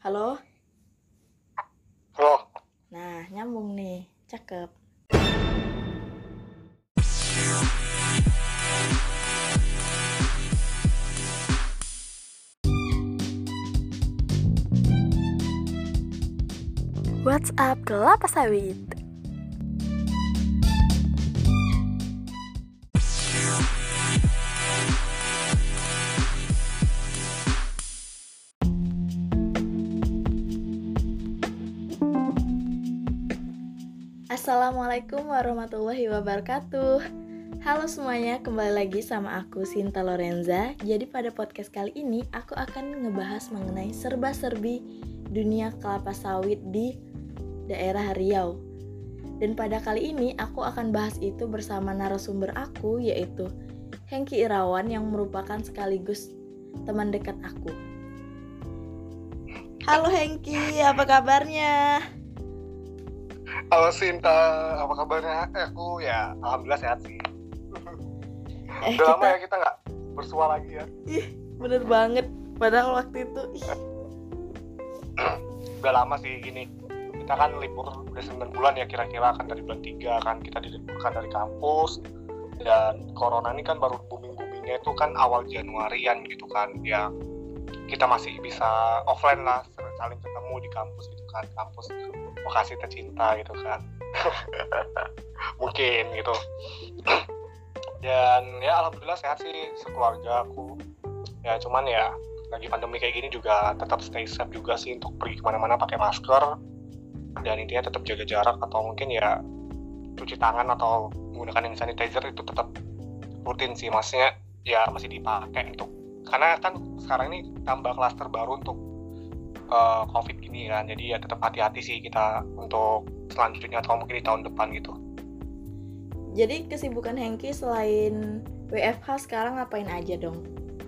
Halo? Halo, Nah, nyambung nih. Cakep. What's up, kelapa sawit? Assalamualaikum warahmatullahi wabarakatuh. Halo semuanya, kembali lagi sama aku Sinta Lorenza. Jadi pada podcast kali ini aku akan ngebahas mengenai serba-serbi dunia kelapa sawit di daerah Riau. Dan pada kali ini aku akan bahas itu bersama narasumber aku, yaitu Hengki Irawan yang merupakan sekaligus teman dekat aku. Halo Hengki, apa kabarnya? halo Sinta, apa kabarnya? Aku ya, alhamdulillah sehat sih. Udah lama ya kita nggak bersua lagi ya. Ih, bener banget. Padahal waktu itu Udah lama sih gini. Kita kan libur udah 9 bulan ya kira-kira, kan dari bulan 3 kan kita diliburkan dari kampus. Dan corona ini kan baru booming-boomingnya itu kan awal Januarian gitu kan. Ya kita masih bisa offline lah, saling ketemu di kampus gitu kan. Kampus lokasi tercinta gitu kan. Mungkin gitu. Dan ya alhamdulillah sehat sih sekeluarga aku. Ya cuman ya lagi pandemi kayak gini juga tetap stay safe juga sih, untuk pergi kemana-mana pakai masker, dan intinya tetap jaga jarak, atau mungkin ya cuci tangan atau menggunakan hand sanitizer itu tetap rutin sih, maksudnya ya masih dipakai untuk, karena kan sekarang ini tambah klaster baru untuk COVID gini kan, jadi ya tetap hati-hati sih kita untuk selanjutnya atau mungkin di tahun depan gitu. Jadi kesibukan Hengki selain WFH sekarang ngapain aja dong?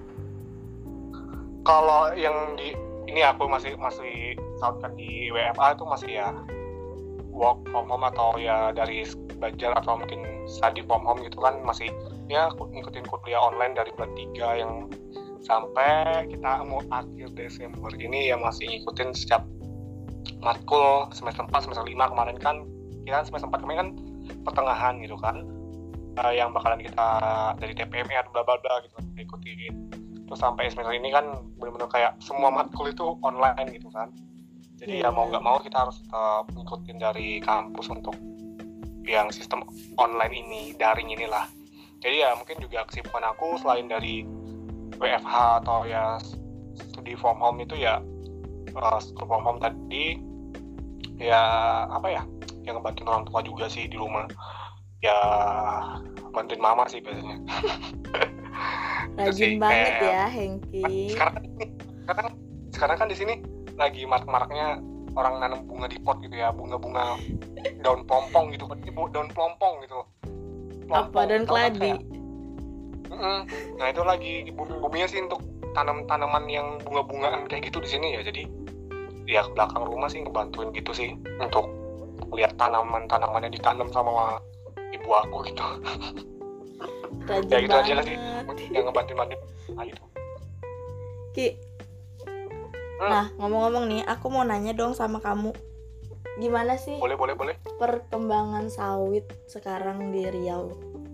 Kalau yang di ini aku masih salutkan di WFA itu masih ya work from home atau ya dari belajar atau mungkin study from home gitu kan, masih ya ngikutin kuliah online dari bulan 3 yang sampai kita mau akhir Desember ini ya masih ngikutin setiap matkul semester 4, semester 5 kemarin kan, kita semester 4 kemarin kan pertengahan gitu kan, yang bakalan kita dari TPMR bla bla bla gitu kita ikutin. Terus sampai semester ini kan benar-benar kayak semua matkul itu online gitu kan. Jadi ya mau nggak mau kita harus ngikutin dari kampus untuk yang sistem online ini, daring inilah. Jadi ya mungkin juga kesibukan aku selain dari WFH atau ya studi from home itu ya studi from home tadi ya apa ya, yang ngebantuin orang tua juga sih di rumah. Ya bantuin mama sih biasanya. Rajin banget ya Hengki. Sekarang kan di sini lagi marak-maraknya orang nanam bunga di pot gitu ya, bunga-bunga daun plompong gitu kan, daun plompong gitu. Apa daun keladi? Nah itu lagi booming-boomingnya sih untuk tanaman yang bunga-bungaan kayak gitu di sini ya. Jadi ya ke belakang rumah sih ngebantuin gitu sih, untuk lihat tanaman-tanamannya ditanam sama ibu aku gitu. Rajin Ya gitu banget. aja lah sih yang ngebantuin gitu. Ki. Nah, ngomong-ngomong nih, aku mau nanya dong sama kamu. Gimana sih Boleh. perkembangan sawit sekarang di Riau?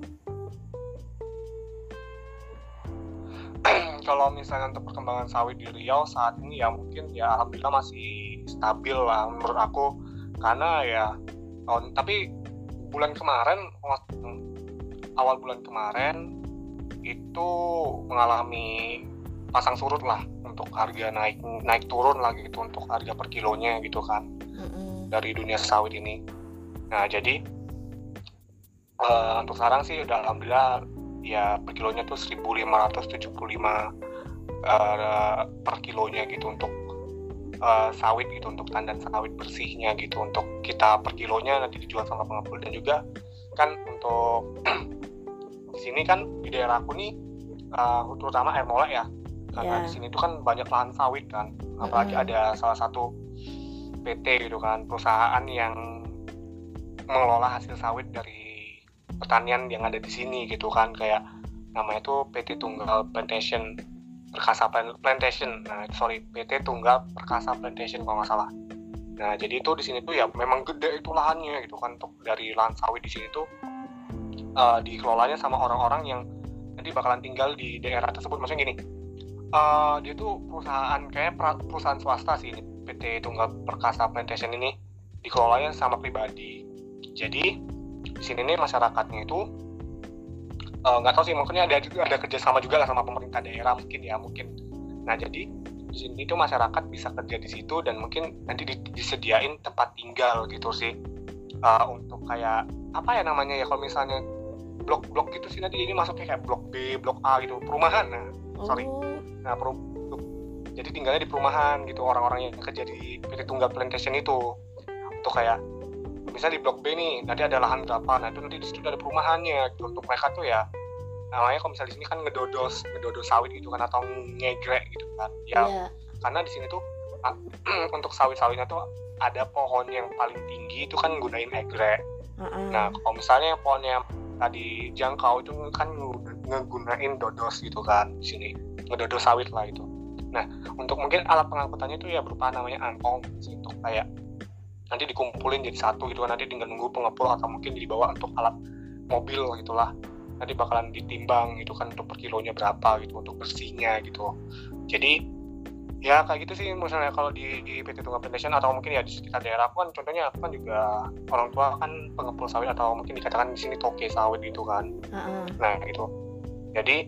Kalau misalnya untuk perkembangan sawit di Riau saat ini ya mungkin ya alhamdulillah masih stabil lah menurut aku, karena ya tapi awal bulan kemarin itu mengalami pasang surut lah, untuk harga naik turun lagi gitu, untuk harga per kilonya gitu kan, dari dunia sawit ini. Nah jadi untuk sekarang sih udah alhamdulillah ya per kilonya tuh 1.575 per kilonya gitu, untuk sawit gitu, untuk tandan sawit bersihnya gitu, untuk kita per kilonya nanti dijual sama pengepul. Dan juga kan untuk di sini kan di daerah aku nih terutama air molek ya, karena di sini tuh kan banyak lahan sawit kan, apalagi ada salah satu PT gitu kan, perusahaan yang mengelola hasil sawit dari pertanian yang ada di sini gitu kan, kayak namanya tuh PT Tunggal Plantation. Perkasa Plantation. Nah, sorry, PT Tunggal Perkasa Plantation kalau nggak salah. Nah, jadi itu di sini tuh ya memang gede itu lahannya gitu kan, untuk dari lahan sawit di sini tuh dikelolanya sama orang-orang yang nanti bakalan tinggal di daerah tersebut. Maksudnya gini, dia tuh perusahaan, kayak perusahaan swasta sih ini, PT Tunggal Perkasa Plantation ini dikelolanya sama pribadi. Jadi di sini nih masyarakatnya itu nggak tahu sih, mungkin ada kerjasama juga lah sama pemerintah daerah mungkin. Nah, jadi di sini tuh masyarakat bisa kerja di situ dan mungkin nanti disediain tempat tinggal gitu sih, untuk kayak apa ya namanya ya, kalau misalnya blok-blok gitu sih, nanti ini masuknya kayak blok B, blok A gitu, perumahan. Nah, jadi tinggalnya di perumahan gitu orang-orang yang kerja di PT Tunggal Plantation itu. Untuk kayak misalnya di blok B nih nanti ada lahan berapa, nah itu nanti di situ ada perumahannya gitu. Untuk mereka tuh ya namanya kalau misalnya di sini kan ngedodos sawit gitu kan, atau ngegrek gitu kan ya. Karena di sini tuh untuk sawit-sawitnya tuh ada pohon yang paling tinggi itu kan gunain egrek. Nah, kalau misalnya pohon yang tadi jangkau itu kan ngegunain dodos gitu kan, di sini ngedodos sawit lah itu. Nah, untuk mungkin alat pengangkutannya itu ya berupa namanya angkong sih, untuk kayak nanti dikumpulin jadi satu gitu kan, nanti tinggal nunggu pengepul atau mungkin dibawa untuk alat mobil gitulah, nanti bakalan ditimbang gitu kan untuk per kilonya berapa gitu, untuk bersihnya gitu. Jadi ya kayak gitu sih misalnya kalau di PT Tunggal Plantation, atau mungkin ya di sekitar daerah aku kan, contohnya aku kan juga orang tua kan pengepul sawit, atau mungkin dikatakan di sini toke sawit gitu kan. Nah gitu, jadi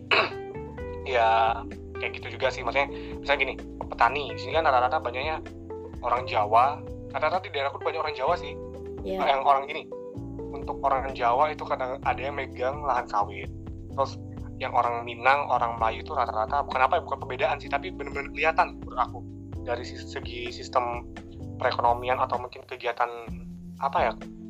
ya kayak gitu juga sih. Maksudnya misalnya gini, petani di sini kan rata-rata banyaknya orang Jawa. Rata-rata di daerahku banyak orang Jawa sih. Yang orang gini, untuk orang Jawa itu kadang ada yang megang lahan sawit. Terus yang orang Minang, orang Melayu itu rata-rata bukan perbedaan sih, tapi benar-benar kelihatan menurut aku dari segi sistem perekonomian atau mungkin kegiatan apa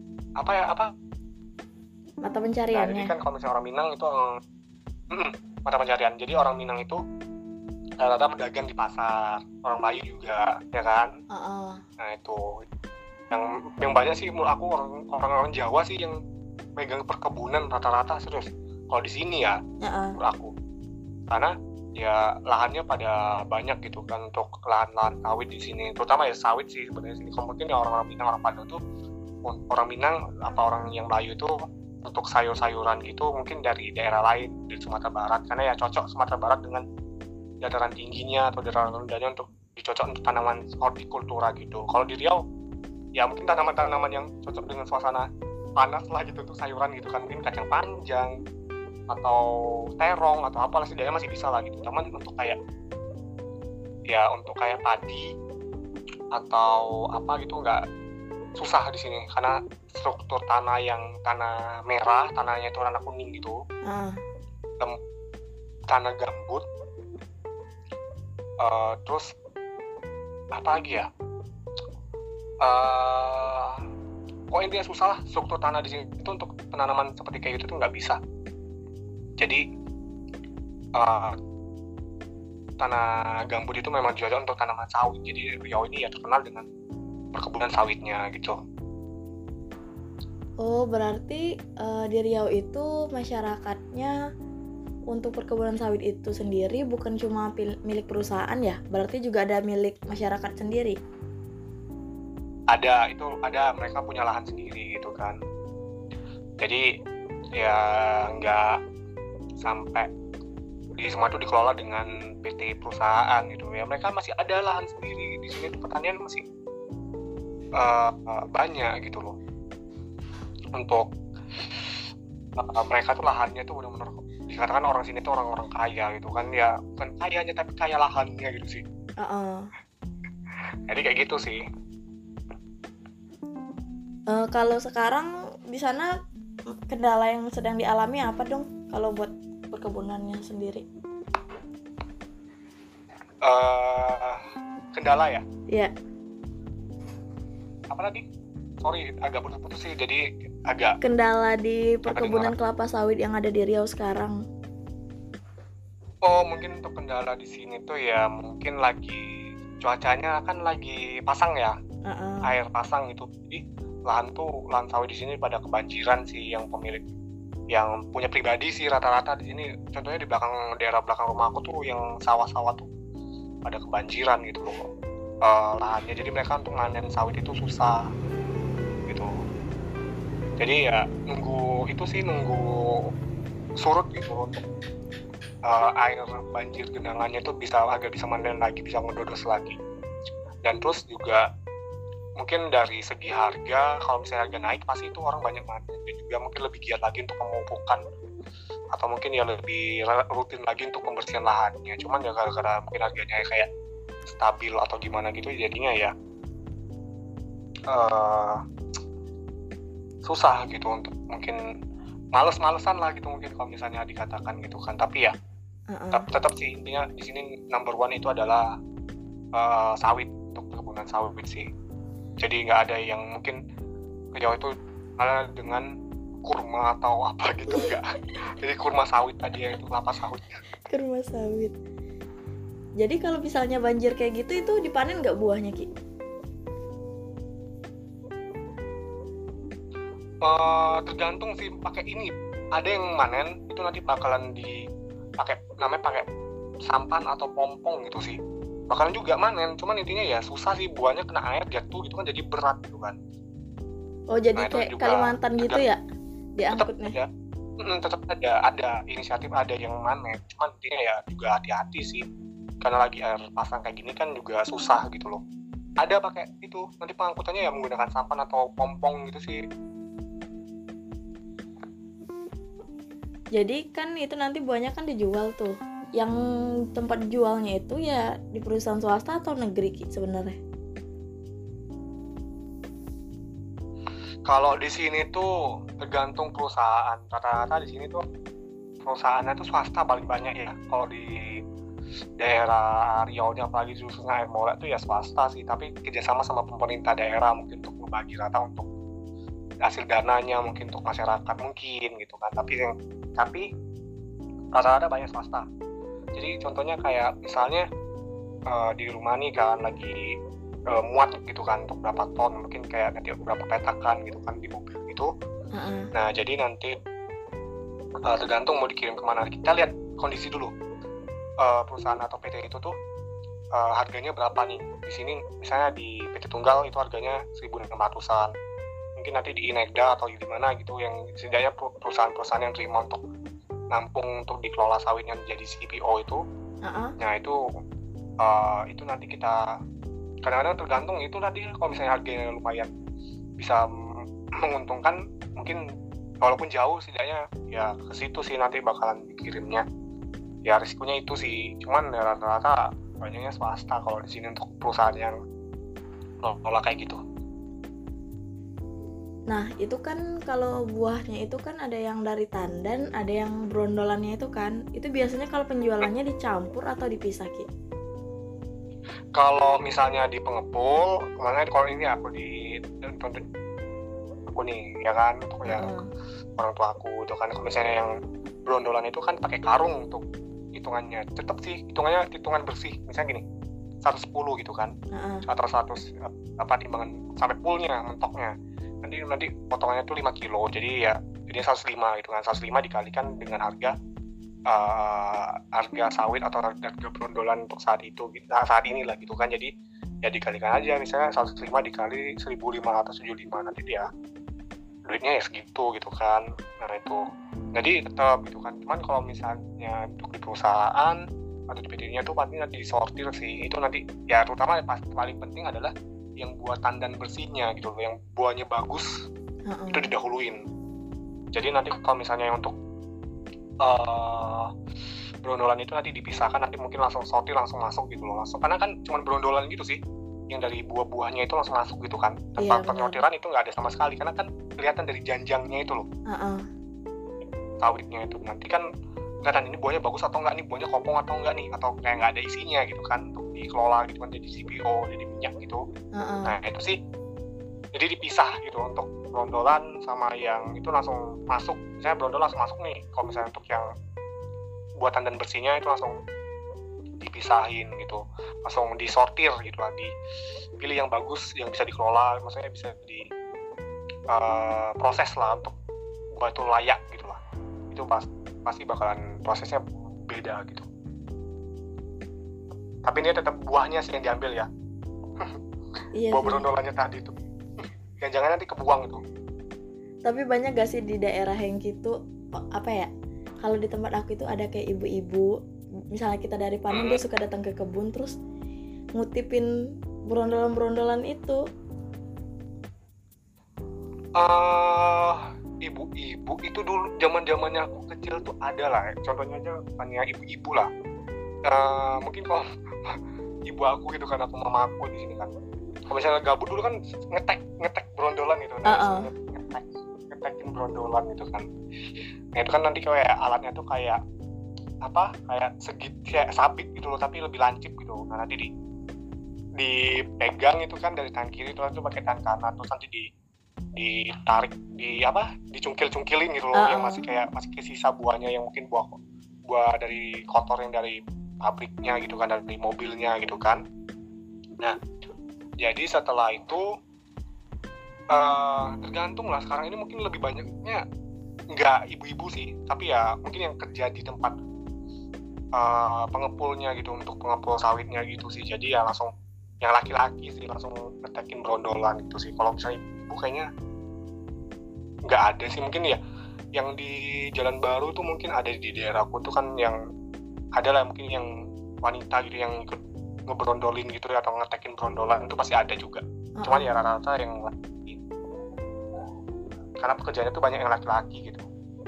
mata pencariannya. Nah, jadi kan kalau misalnya orang Minang itu mata pencarian. Jadi orang Minang itu rata-rata pedagang di pasar, orang Melayu juga, ya kan? Nah itu yang banyak sih menurut aku orang Jawa sih yang megang perkebunan rata-rata, serius. Kalau di sini ya, menurut aku, karena ya lahannya pada banyak gitu kan, untuk lahan-lahan sawit di sini, terutama ya sawit sih sebenarnya sini. Kalau mungkin ya orang Minang, orang Padang tuh, orang Minang apa orang yang Melayu itu untuk sayur-sayuran gitu mungkin dari daerah lain, dari Sumatera Barat, karena ya cocok Sumatera Barat dengan dataran tingginya atau dataran rendahnya untuk dicocok untuk tanaman hortikultura gitu. Kalau di Riau ya mungkin tanaman-tanaman yang cocok dengan suasana panas lah gitu, untuk sayuran gitu kan, mungkin kacang panjang atau terong atau apalah setidaknya masih bisa lah gitu. Cuman untuk kayak padi atau apa gitu nggak, susah di sini karena struktur tanah yang tanah merah, tanahnya itu warna kuning gitu, tanah gambut. Terus apa lagi ya? Kok intinya susah lah struktur tanah di sini itu untuk penanaman seperti kayak gitu tuh nggak bisa. Jadi tanah gambut itu memang cocok untuk tanaman sawit. Jadi Riau ini ya terkenal dengan perkebunan sawitnya gitu. Oh, berarti di Riau itu masyarakatnya untuk perkebunan sawit itu sendiri bukan cuma milik perusahaan ya? Berarti juga ada milik masyarakat sendiri? Ada, mereka punya lahan sendiri gitu kan. Jadi ya nggak sampai di semua itu dikelola dengan PT perusahaan gitu ya. Mereka masih ada lahan sendiri. Di sini pertanian masih banyak gitu loh. Untuk mereka tuh lahannya tuh benar-benar dikatakan orang sini tuh orang-orang kaya gitu kan, ya bukan kayanya tapi kaya lahannya gitu sih. Jadi kayak gitu sih. Kalau sekarang di sana kendala yang sedang dialami apa dong kalau buat perkebunannya sendiri? Kendala ya? Iya. Apa tadi? Sorry, agak putus-putus sih, jadi agak... Kendala di perkebunan kelapa sawit yang ada di Riau sekarang. Oh, mungkin untuk kendala di sini tuh ya mungkin lagi cuacanya kan lagi pasang ya, air pasang gitu. Jadi lahan sawit di sini pada kebanjiran sih yang pemilik yang punya pribadi sih rata-rata di sini. Contohnya di daerah belakang rumah aku tuh yang sawah-sawah tuh pada kebanjiran gitu loh lahannya. Jadi mereka untuk nganen sawit itu susah gitu. Jadi ya nunggu surut gitu untuk air banjir genangannya itu agak bisa manen lagi, bisa ngedodos lagi. Dan terus juga mungkin dari segi harga, kalau misalnya harga naik pasti itu orang banyak manen, dan juga mungkin lebih giat lagi untuk memupukan, atau mungkin ya lebih rutin lagi untuk pembersihan lahannya. Cuman ya gara-gara mungkin harganya kayak stabil atau gimana gitu, jadinya ya susah gitu untuk mungkin males-malesan lah gitu mungkin kalau misalnya dikatakan gitu kan. Tapi ya tetap sih intinya di sini number one itu adalah sawit, untuk perkebunan sawit sih. Jadi nggak ada yang mungkin Jawa itu malah dengan kurma atau apa gitu, enggak. Jadi kurma sawit tadi ya, itu kelapa sawit. Kurma sawit. Jadi kalau misalnya banjir kayak gitu, itu dipanen nggak buahnya, Ki? Tergantung sih, pakai ini. Ada yang manen itu nanti bakalan pakai sampan atau pompong gitu sih. Bakalan juga manen, cuman intinya ya susah sih, buahnya kena air jatuh gitu kan, jadi berat gitu kan. Oh, jadi kayak Kalimantan gitu ya diangkutnya? Tetap ada inisiatif, ada yang manen, cuman intinya ya juga hati-hati sih, karena lagi air pasang kayak gini kan juga susah gitu loh. Ada pakai itu, nanti pengangkutannya ya menggunakan sampan atau pompong gitu sih. Jadi kan itu nanti buahnya kan dijual tuh. Yang tempat jualnya itu ya di perusahaan swasta atau negeri, Ki, sebenarnya? Kalau di sini tuh tergantung perusahaan. Rata-rata di sini tuh perusahaannya tuh swasta paling banyak ya. Kalau di daerah Riau-nya apalagi khususnya Air Mora tuh ya swasta sih, tapi kerjasama sama pemerintah daerah mungkin untuk membagi rata untuk hasil dananya mungkin untuk masyarakat mungkin gitu kan. Tapi rata-rata banyak swasta. Jadi contohnya kayak misalnya di rumah nih kan lagi muat gitu kan untuk berapa ton, mungkin kayak nanti berapa petakan gitu kan di mobil gitu. Nah jadi nanti tergantung mau dikirim kemana, kita lihat kondisi dulu perusahaan atau PT itu tuh harganya berapa nih. Di sini misalnya di PT Tunggal itu harganya 1.600-an, mungkin nanti di Inegda atau di mana gitu yang setidaknya perusahaan-perusahaan yang terima untuk nampung untuk dikelola sawitnya menjadi CPO itu. Nah itu nanti kita kadang-kadang tergantung itu nanti kalau misalnya harganya lumayan bisa menguntungkan, mungkin walaupun jauh setidaknya ya ke situ sih nanti bakalan dikirimnya. Ya risikonya itu sih, cuman ya, rata-rata banyaknya swasta kalau di sini untuk perusahaan yang lola kayak gitu. Nah itu kan kalau buahnya itu kan ada yang dari tandan, ada yang brondolannya itu kan, itu biasanya kalau penjualannya dicampur atau dipisah, Ki? Kalau misalnya di pengepul, makanya kalau ini aku nih ya kan, untuk yang orang tua aku itu kan, kalau misalnya yang brondolan itu kan pakai karung untuk hitungannya, tetap sih hitungan bersih, misalnya gini 110 gitu kan, atau 100 timbangan sampai poolnya mentoknya, nanti potongannya tuh 5 kilo, jadi 105 gitu kan, 105 dikalikan dengan harga sawit atau harga brondolan untuk saat ini lah gitu kan. Jadi ya dikalikan aja, misalnya 105 dikali 1.575, nanti dia duitnya ya segitu gitu kan. Nah itu jadi tetap gitu kan. Cuman kalau misalnya untuk di perusahaan atau di PT-nya tuh pasti nanti disortir sih. Itu nanti ya terutama paling penting adalah yang buah tandan bersihnya gitu loh, yang buahnya bagus itu didahuluin. Jadi nanti kalau misalnya untuk brondolan itu nanti dipisahkan, nanti mungkin langsung sortir langsung masuk gitu loh, langsung, karena kan cuma brondolan gitu sih yang dari buah-buahnya itu langsung masuk gitu kan, tanpa penyortiran itu nggak ada sama sekali, karena kan kelihatan dari janjangnya itu loh, sawitnya itu nanti kan kelihatan ini buahnya bagus atau enggak, nih buahnya kopong atau enggak nih, atau kayak nggak ada isinya gitu kan, untuk dikelola gitu kan, jadi CPO, jadi minyak gitu. Nah itu sih jadi dipisah gitu untuk brondolan sama yang itu langsung masuk. Misalnya brondolan langsung masuk nih, kalau misalnya untuk yang buatan dan bersihnya itu langsung dipisahin gitu, langsung disortir gitu lah, dipilih yang bagus, yang bisa dikelola, maksudnya bisa di proses lah untuk buat itu layak gitu lah. itu pasti bakalan prosesnya beda gitu. Tapi ini tetap buahnya sih yang diambil ya. Iya Buah sih. berondolannya tadi tuh. Yang jangan nanti kebuang itu. Tapi banyak gak sih di daerah yang gitu, apa ya? Kalau di tempat aku itu ada kayak ibu-ibu, misalnya kita dari panen dia suka datang ke kebun terus ngutipin berondolan-berondolan itu. Ibu-ibu itu dulu zaman-zamannya aku kecil tuh ada lah. Contohnya aja bukannya ibu-ibu lah. Mungkin kalau ibu aku gitu kan, aku mama aku di sini kan. Kalau misalnya gabut dulu kan ngetek berondolan gitu. Nah, ngetekin berondolan gitu kan. Nah, itu kan nanti kayak alatnya tuh kayak apa? Kayak kayak sabit gitu loh, tapi lebih lancip gitu. Nah, nanti dipegang itu kan dari tangan kiri terus pakai tangan kanan, terus nanti ditarik dicungkil-cungkilin gitu loh, yang masih kayak sisa buahnya yang mungkin buah dari kotor yang dari pabriknya gitu kan, dari mobilnya gitu kan. Nah, jadi setelah itu tergantung lah, sekarang ini mungkin lebih banyaknya nggak ibu-ibu sih, tapi ya mungkin yang kerja di tempat pengepulnya gitu, untuk pengepul sawitnya gitu sih. Jadi ya langsung yang laki-laki sih langsung ngetekin berondolan gitu sih. Kalau misalnya ibu kayaknya nggak ada sih, mungkin ya yang di Jalan Baru tuh mungkin ada di daerahku tuh kan, yang ada lah mungkin yang wanita gitu yang ikut ngeberondolin gitu ya, atau ngetekin berondolan itu pasti ada juga. Cuman ya rata-rata yang laki, karena pekerjaannya tuh banyak yang laki-laki gitu.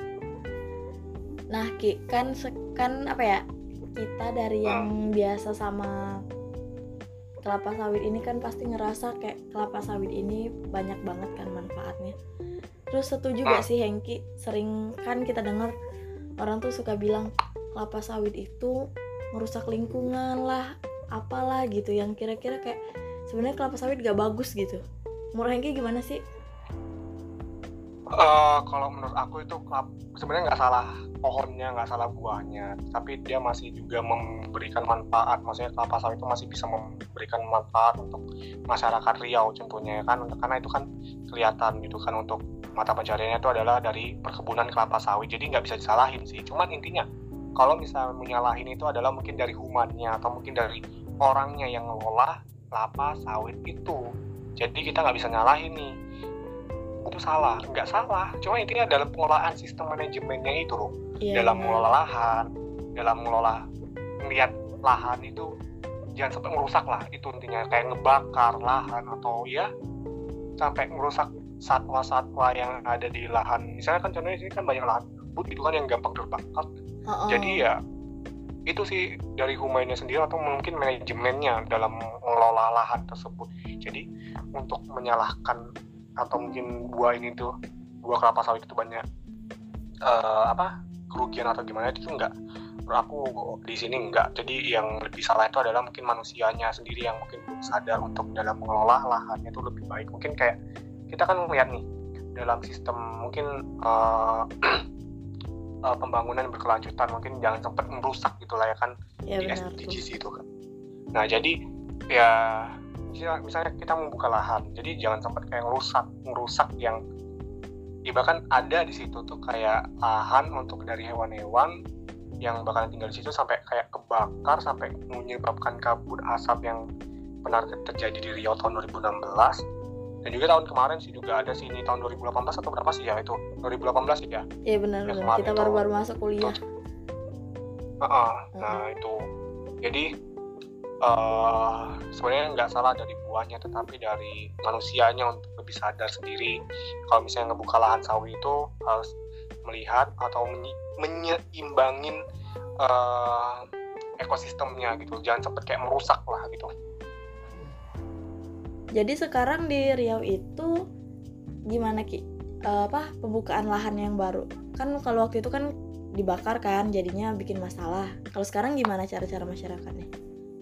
Nah Ki, kan apa ya, kita dari yang biasa sama kelapa sawit ini kan pasti ngerasa kayak kelapa sawit ini banyak banget kan manfaatnya. Terus setuju gak sih Hengki, sering kan kita dengar orang tuh suka bilang kelapa sawit itu merusak lingkungan lah, apalah gitu, yang kira-kira kayak sebenarnya kelapa sawit gak bagus gitu. Menurut Hengki gimana sih? Kalau menurut aku itu sebenarnya nggak salah pohonnya, nggak salah buahnya, tapi dia masih juga memberikan manfaat. Maksudnya kelapa sawit itu masih bisa memberikan manfaat untuk masyarakat Riau contohnya ya kan, karena itu kan kelihatan gitu kan, untuk mata pencariannya itu adalah dari perkebunan kelapa sawit. Jadi nggak bisa disalahin sih. Cuman intinya kalau misalnya menyalahin itu adalah mungkin dari humannya atau mungkin dari orangnya yang ngelola kelapa sawit itu. Jadi kita nggak bisa nyalahin nih itu salah, nggak salah, cuma intinya dalam pengelolaan sistem manajemennya itu loh, dalam mengelola lahan, dalam mengelola melihat lahan itu jangan sampai merusak lah, itu intinya kayak ngebakar lahan atau ya sampai merusak satwa-satwa yang ada di lahan. Misalnya kan contohnya sini kan banyak lahan gambut itu kan yang gampang terbakar. Jadi ya itu sih dari humannya sendiri atau mungkin manajemennya dalam mengelola lahan tersebut. Jadi untuk menyalahkan atau mungkin buah kelapa sawit itu banyak kerugian atau gimana, itu enggak, menurut aku di sini enggak. Jadi yang lebih salah itu adalah mungkin manusianya sendiri yang mungkin belum sadar untuk dalam mengelola lahannya itu lebih baik. Mungkin kayak kita kan melihat nih dalam sistem mungkin pembangunan berkelanjutan, mungkin jangan sempat merusak gitu lah ya kan, ya, di SDGs itu kan. Nah jadi ya misalnya kita membuka lahan, jadi jangan sampai kayak ngerusak yang bahkan ada di situ tuh kayak lahan untuk dari hewan-hewan yang bakalan tinggal di situ sampai kayak kebakar, sampai menyebabkan kabut asap yang benar terjadi di Riau tahun 2016. Dan juga tahun kemarin sih juga ada sih, ini tahun 2018 atau berapa sih ya, itu 2018 ya. Iya benar, kita baru-baru masuk kuliah. Nah itu jadi sebenarnya nggak salah dari buahnya, tetapi dari manusianya untuk lebih sadar sendiri. Kalau misalnya ngebuka lahan sawit itu harus melihat atau menyeimbangin ekosistemnya gitu, jangan sampai kayak merusak lah gitu. Jadi sekarang di Riau itu gimana Ki? Pembukaan lahan yang baru? Kan kalau waktu itu kan dibakar kan, jadinya bikin masalah. Kalau sekarang gimana cara-cara masyarakatnya?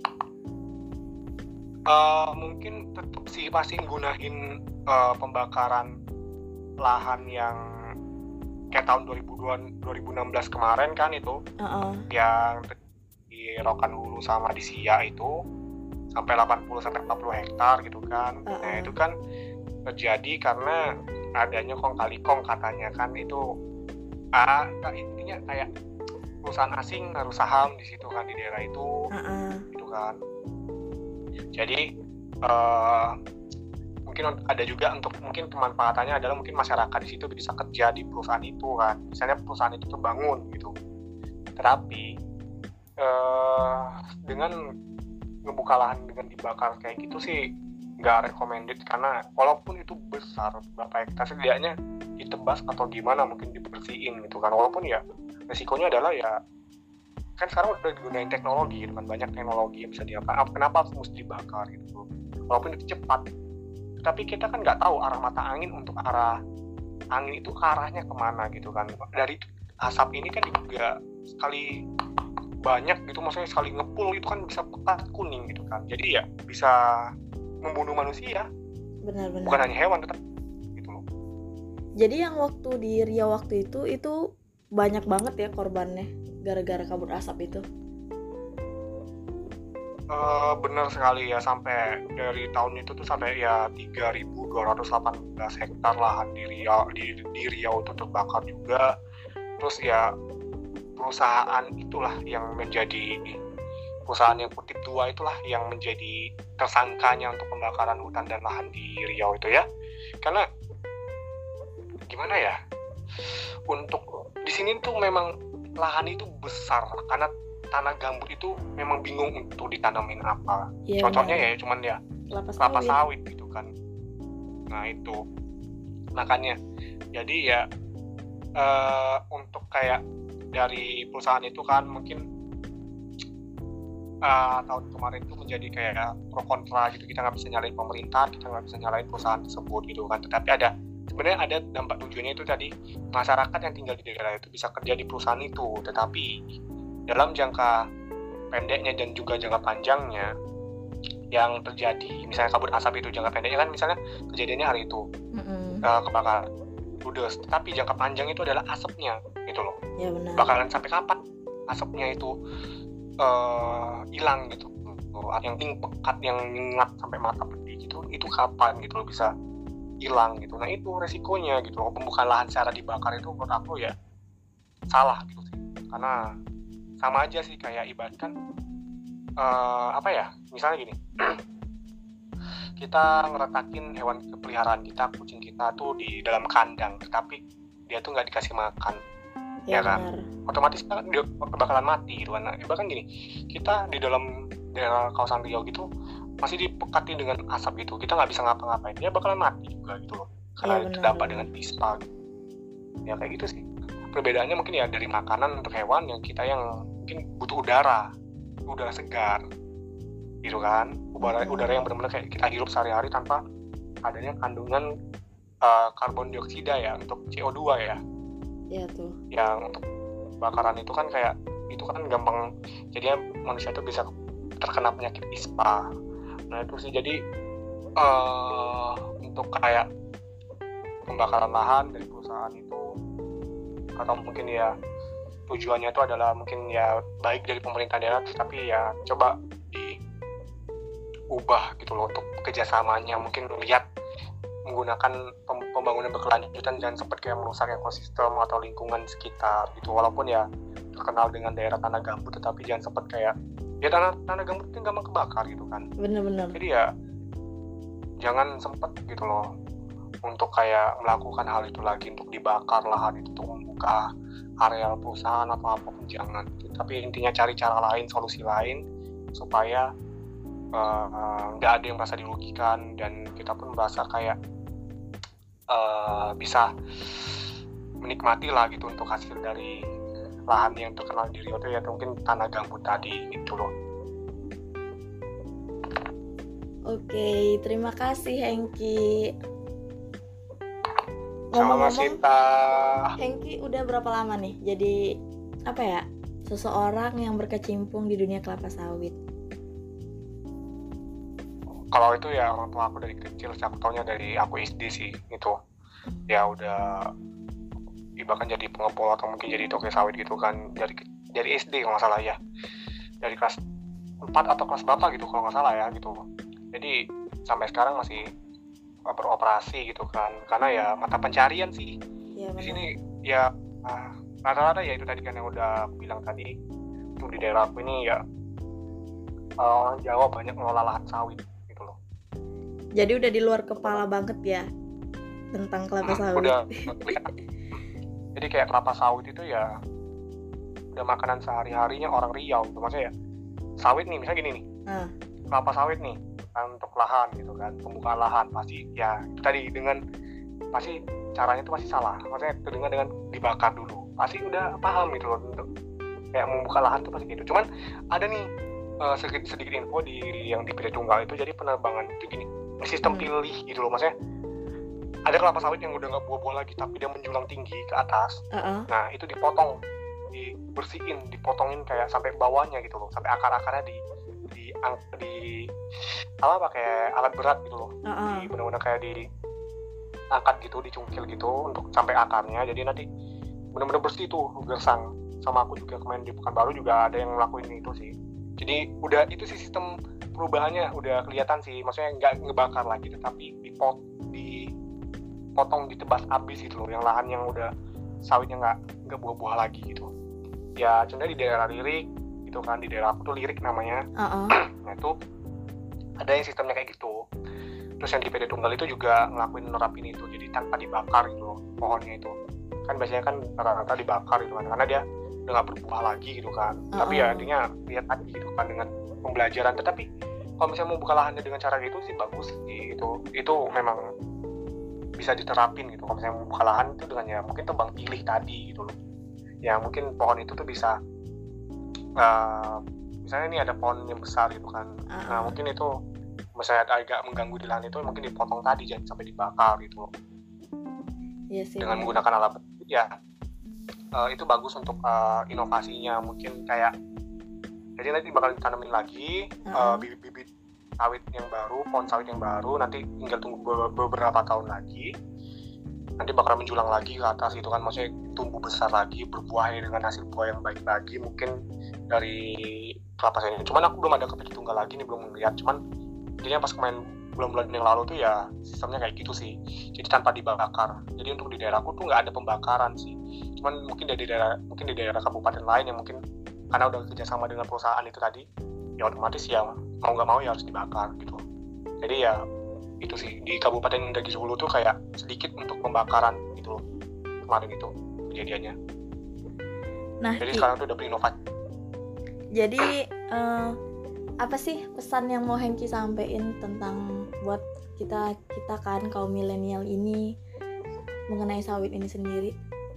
Mungkin tetap sih pasti gunain pembakaran lahan yang kayak tahun 2016 kemarin kan itu, yang di Rokan-Hulu sama di Siak itu sampai 80-40 hektar gitu kan. Nah itu kan terjadi karena adanya kong kali kong katanya kan, itu intinya kayak perusahaan asing naruh saham di situ kan, di daerah itu, gitu kan. Jadi mungkin ada juga untuk mungkin kemanfaatannya adalah mungkin masyarakat di situ bisa kerja di perusahaan itu kan, misalnya perusahaan itu terbangun gitu. Tetapi dengan ngebuka lahan dengan dibakar kayak gitu sih nggak recommended, karena walaupun itu besar berapa hektar, setidaknya ditebas atau gimana, mungkin dibersihin gitu kan. Walaupun ya resikonya adalah ya kan sekarang udah digunain teknologi gitu kan, banyak teknologi yang bisa dilakukan, kenapa harus mesti dibakar gitu. Walaupun itu cepat, tapi kita kan nggak tahu arah mata angin, untuk arah angin itu arahnya kemana gitu kan. Dari asap ini kan juga sekali banyak gitu, maksudnya sekali ngepul itu kan bisa pekat kuning gitu kan, jadi ya bisa membunuh manusia. Benar-benar. Bukan hanya hewan tetap gitu loh. Jadi yang waktu di Riau waktu itu banyak banget ya korbannya gara-gara kabut asap itu. Benar sekali ya, sampai dari tahun itu tuh sampai ya 3.218 hektar lahan di Riau itu terbakar juga. Terus ya perusahaan itulah yang menjadi perusahaan yang kutip 2 itulah yang menjadi tersangkanya untuk pembakaran hutan dan lahan di Riau itu ya. Karena gimana ya, untuk di sini tuh memang lahan itu besar, karena tanah gambut itu memang bingung untuk ditanamin apa. Ya, contohnya ya cuman ya kelapa sawit gitu kan. Nah itu makanya jadi ya untuk kayak dari perusahaan itu kan mungkin tahun kemarin itu menjadi kayak pro kontra gitu. Kita nggak bisa nyalain pemerintah, kita nggak bisa nyalain perusahaan tersebut gitu kan. Tetapi sebenarnya ada dampak tujuannya itu tadi, masyarakat yang tinggal di daerah itu bisa kerja di perusahaan itu. Tetapi dalam jangka pendeknya dan juga jangka panjangnya yang terjadi, misalnya kabut asap itu jangka pendeknya kan misalnya kejadiannya hari itu kebakaran ludes, tetapi jangka panjang itu adalah asapnya gitu loh. Ya, benar. Bakalan sampai kapan asapnya itu hilang gitu, yang pekat, yang nyengat sampai mata pedih gitu, itu kapan gitu loh bisa hilang gitu. Nah itu resikonya gitu loh. Pembukaan lahan secara dibakar itu menurut aku ya salah gitu sih, karena sama aja sih kayak ibaratkan apa ya, misalnya gini kita ngeretakin hewan peliharaan kita, kucing kita tuh di dalam kandang, tetapi dia tuh nggak dikasih makan, ya kan, otomatis kan dia bakalan mati gitu kan. Bahkan gini, kita di dalam daerah kawasan Riau gitu masih dipekati dengan asap gitu, kita nggak bisa ngapa-ngapain, dia bakalan mati juga gitu loh, karena terdampak dengan ispa gitu. Ya kayak gitu sih perbedaannya, mungkin ya dari makanan untuk hewan, yang kita yang mungkin butuh udara segar gitu kan, udara yang benar-benar kayak kita hirup sehari-hari tanpa adanya kandungan karbon dioksida ya, untuk CO2 ya. Iya tuh. Yang untuk bakaran itu kan kayak itu kan gampang, jadinya manusia itu bisa terkena penyakit ispa. Nah itu sih, jadi untuk kayak pembakaran lahan dari perusahaan itu, atau mungkin ya tujuannya itu adalah mungkin ya baik dari pemerintah daerah, tapi ya coba diubah gitu loh untuk kerjasamanya. Mungkin lihat menggunakan pembangunan berkelanjutan, jangan sempat kayak merusak ekosistem atau lingkungan sekitar gitu. Walaupun ya terkenal dengan daerah tanah gambut, tetapi jangan sempat kayak ya tanah gambut itu gampang kebakar gitu kan. Bener-bener. Jadi ya jangan sempat gitu loh untuk kayak melakukan hal itu lagi, untuk dibakar lahan itu, untuk membuka area perusahaan atau apapun, jangan. Tapi intinya cari cara lain, solusi lain, supaya nggak ada yang merasa dirugikan, dan kita pun merasa kayak bisa menikmati lah gitu untuk hasil dari lahan yang terkenal di Riau itu ya, mungkin tanah gambut tadi gitu loh. Oke, terima kasih Hengki. Ngomong-ngomong, Hengki udah berapa lama nih jadi apa ya, seseorang yang berkecimpung di dunia kelapa sawit? Kalau itu ya orang tua aku dari kecil, aku taunya dari aku SD sih gitu. Ya udah bahkan jadi pengepul atau mungkin jadi toke sawit gitu kan, dari SD kalau nggak salah ya, dari kelas 4 atau kelas berapa gitu kalau nggak salah ya gitu. Jadi sampai sekarang masih beroperasi gitu kan, karena ya mata pencarian sih ya, di sini ya rata-rata ya itu tadi kan yang udah aku bilang tadi, untuk di daerah aku ini ya orang Jawa banyak ngelola lahan sawit gitu loh. Jadi udah di luar kepala banget ya tentang kelapa sawit. Udah jadi kayak kelapa sawit itu ya udah makanan sehari-harinya orang Riau gitu. Maksudnya ya sawit nih, misalnya gini nih, kelapa sawit nih kan untuk lahan gitu kan, pembukaan lahan pasti ya itu tadi pasti caranya itu pasti salah. Maksudnya itu dengan dibakar dulu pasti udah paham gitu loh, untuk kayak membuka lahan tuh pasti gitu. Cuman ada nih sedikit info yang di Pilih Tunggal itu, jadi penerbangan itu gini, sistem pilih gitu loh. Maksudnya ada kelapa sawit yang udah nggak buah-buah lagi tapi dia menjulang tinggi ke atas. Nah itu dibersihin, dipotongin kayak sampai bawahnya gitu loh, sampai akar-akarnya di apa pakai alat berat gitu loh. Di benar-benar kayak diangkat gitu, dicungkil gitu untuk sampai akarnya. Jadi nanti benar-benar bersih tuh, gersang. Sama aku juga kemarin di Pekanbaru juga ada yang ngelakuin itu sih. Jadi udah itu sih sistem perubahannya udah kelihatan sih. Maksudnya nggak ngebakar lagi, tetapi dipotong, ditebas habis gitu loh, yang lahan yang udah sawitnya nggak buah-buah lagi gitu. Ya contohnya di daerah Lirik gitu kan, di daerah aku tuh Lirik namanya. Nah itu ada yang sistemnya kayak gitu. Terus yang di PD Tunggal itu juga ngelakuin nerapin itu, jadi tanpa dibakar gitu loh pohonnya itu. Kan biasanya kan rata-rata dibakar gitu kan, karena dia udah nggak berbuah lagi gitu kan. Tapi ya intinya lihat tadi gitu kan, dengan pembelajaran. Tetapi kalau misalnya mau buka lahannya dengan cara gitu sih bagus sih, itu memang bisa diterapin gitu. Kalau misalnya mau buka lahan itu dengan ya mungkin tebang pilih tadi gitu loh. Ya mungkin pohon itu tuh bisa misalnya ini ada pohon yang besar gitu kan. Nah mungkin itu misalnya agak mengganggu di lahan itu mungkin dipotong tadi, jangan sampai dibakar gitu loh. Iya sih, dengan menggunakan alat ya itu bagus untuk inovasinya. Mungkin kayak jadi nanti bakal ditanamin lagi bibit-bibit sawit yang baru, pohon sawit yang baru, nanti tinggal tunggu beberapa tahun lagi, nanti bakal menjulang lagi ke atas gitu kan. Maksudnya tumbuh besar lagi, berbuah dengan hasil buah yang baik lagi mungkin dari kelapa sawit ini. Cuman aku belum ada kepikiran tunggal lagi nih, belum melihat. Cuman intinya pas kemarin bulan-bulan yang lalu tuh ya sistemnya kayak gitu sih, jadi tanpa dibakar. Jadi untuk di daerahku tuh nggak ada pembakaran sih. Cuman mungkin di daerah kabupaten lain yang mungkin karena udah kerjasama dengan perusahaan itu tadi, ya otomatis ya mau nggak mau ya harus dibakar gitu. Jadi ya itu sih di Kabupaten Indra Hulu tuh kayak sedikit untuk pembakaran gitu loh kemarin itu kejadiannya. Nah, jadi sekarang tuh udah berinovasi. Jadi apa sih pesan yang mau Hengki sampein tentang buat kita kan kaum milenial ini mengenai sawit ini sendiri?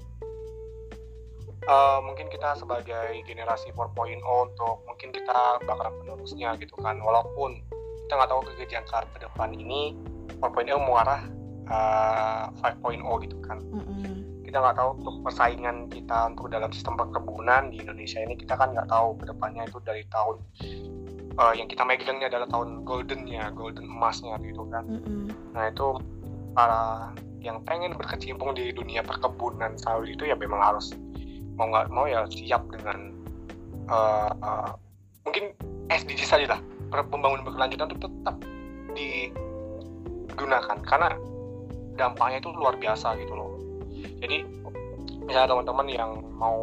Mungkin kita sebagai generasi 4.0 untuk mungkin kita bakalan penerusnya gitu kan, walaupun kita nggak tahu jangka ke depan ini 4.0 mau arah 5.0 gitu kan. Kita nggak tahu untuk persaingan kita untuk dalam sistem perkebunan di Indonesia ini, kita kan nggak tahu ke depannya itu dari tahun yang kita megangnya adalah tahun golden emasnya gitu kan. Nah itu para yang pengen berkecimpung di dunia perkebunan sawit itu ya memang harus mau nggak mau ya siap dengan mungkin SDGs saja lah, pembangunan berkelanjutan itu tetap digunakan karena dampaknya itu luar biasa gitu loh. Jadi misalnya teman-teman yang mau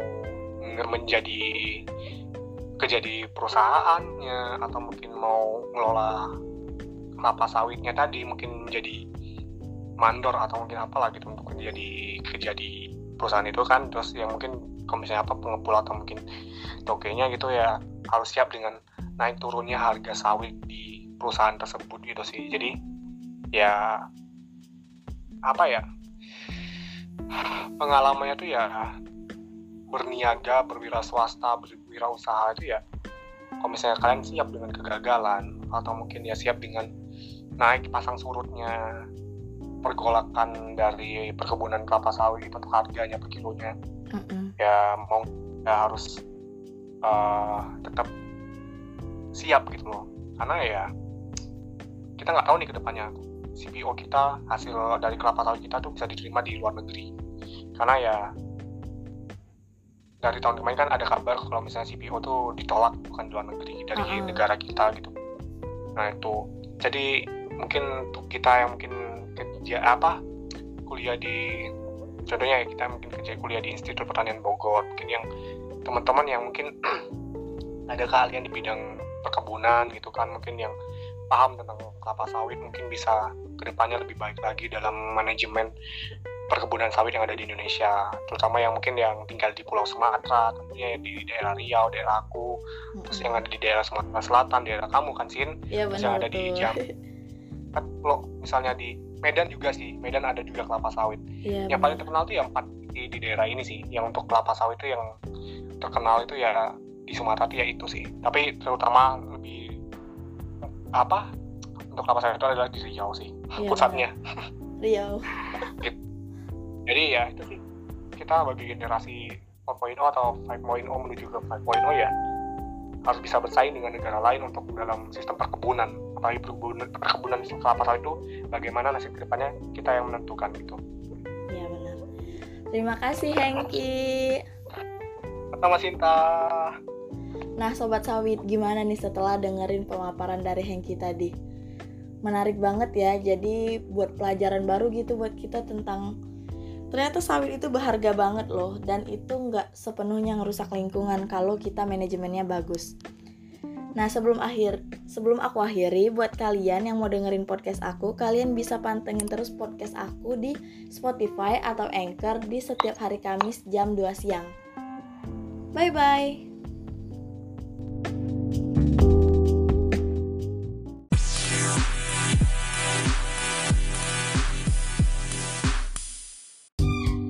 kerja di perusahaannya atau mungkin mau ngelola kelapa sawitnya tadi, mungkin menjadi mandor atau mungkin apalah gitu untuk kerja di perusahaan itu kan. Terus yang mungkin kalau misalnya pengepul atau mungkin tokenya gitu ya harus siap dengan naik turunnya harga sawit di perusahaan tersebut gitu sih. Jadi ya pengalamannya tuh ya berniaga, berwira swasta, berwirausaha itu ya kalau misalnya kalian siap dengan kegagalan atau mungkin ya siap dengan naik pasang surutnya pergolakan dari perkebunan kelapa sawit itu untuk harganya per kilonya, ya mau ya harus tetap siap gitu loh. Karena ya kita nggak tahu nih kedepannya CPO kita, hasil dari kelapa sawit kita tuh bisa diterima di luar negeri. Karena ya dari tahun kemarin kan ada kabar kalau misalnya CPO tuh ditolak bukan di luar negeri, dari negara kita gitu. Nah itu jadi mungkin untuk kita yang mungkin kuliah di contohnya ya, kita mungkin kerja kuliah di Institut Pertanian Bogor, mungkin yang teman-teman yang mungkin ada keahlian di bidang perkebunan gitu kan, mungkin yang paham tentang kelapa sawit mungkin bisa kedepannya lebih baik lagi dalam manajemen perkebunan sawit yang ada di Indonesia, terutama yang mungkin yang tinggal di Pulau Sumatera, tentunya di daerah Riau, daerah aku, terus yang ada di daerah Sumatera Selatan, daerah kamu kan Sin, Iya terus yang benar ada di tuh. Jambi, kan kalau misalnya di Medan juga sih, Medan ada juga kelapa sawit. Iya Yang paling benar. terkenal tuh ya 4 di daerah ini sih, yang untuk kelapa sawit itu yang terkenal itu ya di Sumatera tuh ya itu sih, tapi terutama lebih apa untuk kelapa sawit itu adalah di Riau sih, Iya pusatnya. benar. Riau. Jadi ya itu sih, kita bagi generasi 4.0 atau 5.0 menuju ke 5.0 ya harus bisa bersaing dengan negara lain untuk dalam sistem perkebunan, apalagi perkebunan kelapa sawit itu bagaimana nasib kedepannya kita yang menentukan gitu. Iya benar. Terima kasih Hengki. Pertama Sinta. Nah Sobat Sawit, gimana nih setelah dengerin pemaparan dari Hengki tadi? Menarik banget ya, jadi buat pelajaran baru gitu buat kita tentang ternyata sawit itu berharga banget loh, dan itu nggak sepenuhnya ngerusak lingkungan kalau kita manajemennya bagus. Nah sebelum aku akhiri, buat kalian yang mau dengerin podcast aku, kalian bisa pantengin terus podcast aku di Spotify atau Anchor di setiap hari Kamis jam 2 siang. Bye bye.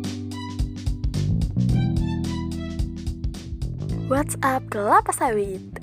What's up kelapa sawit?